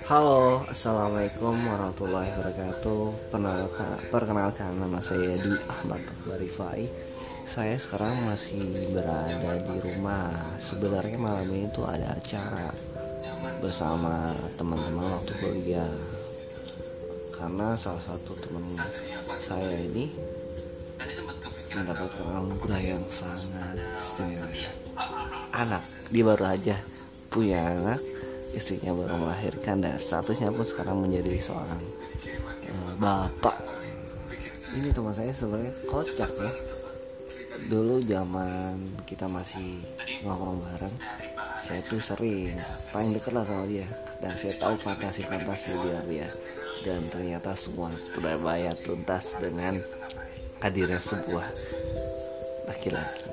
Halo, assalamualaikum warahmatullahi wabarakatuh. Perkenalkan, nama saya Dwi Ahmad Barifai. Saya sekarang masih berada di rumah. Sebenarnya malam ini tuh ada acara bersama teman-teman waktu kuliah. Karena salah satu teman saya ini mendapatkan anugerah yang sangat istimewa. Dia baru aja punya anak, istrinya baru melahirkan, dan statusnya pun sekarang menjadi seorang bapak. Ini teman saya sebenarnya kocak ya. Dulu zaman kita masih nongkrong bareng, saya tuh sering paling deket lah sama dia, dan saya tahu fantasi dia. Dan ternyata semua terbayar tuntas dengan hadirnya sebuah laki-laki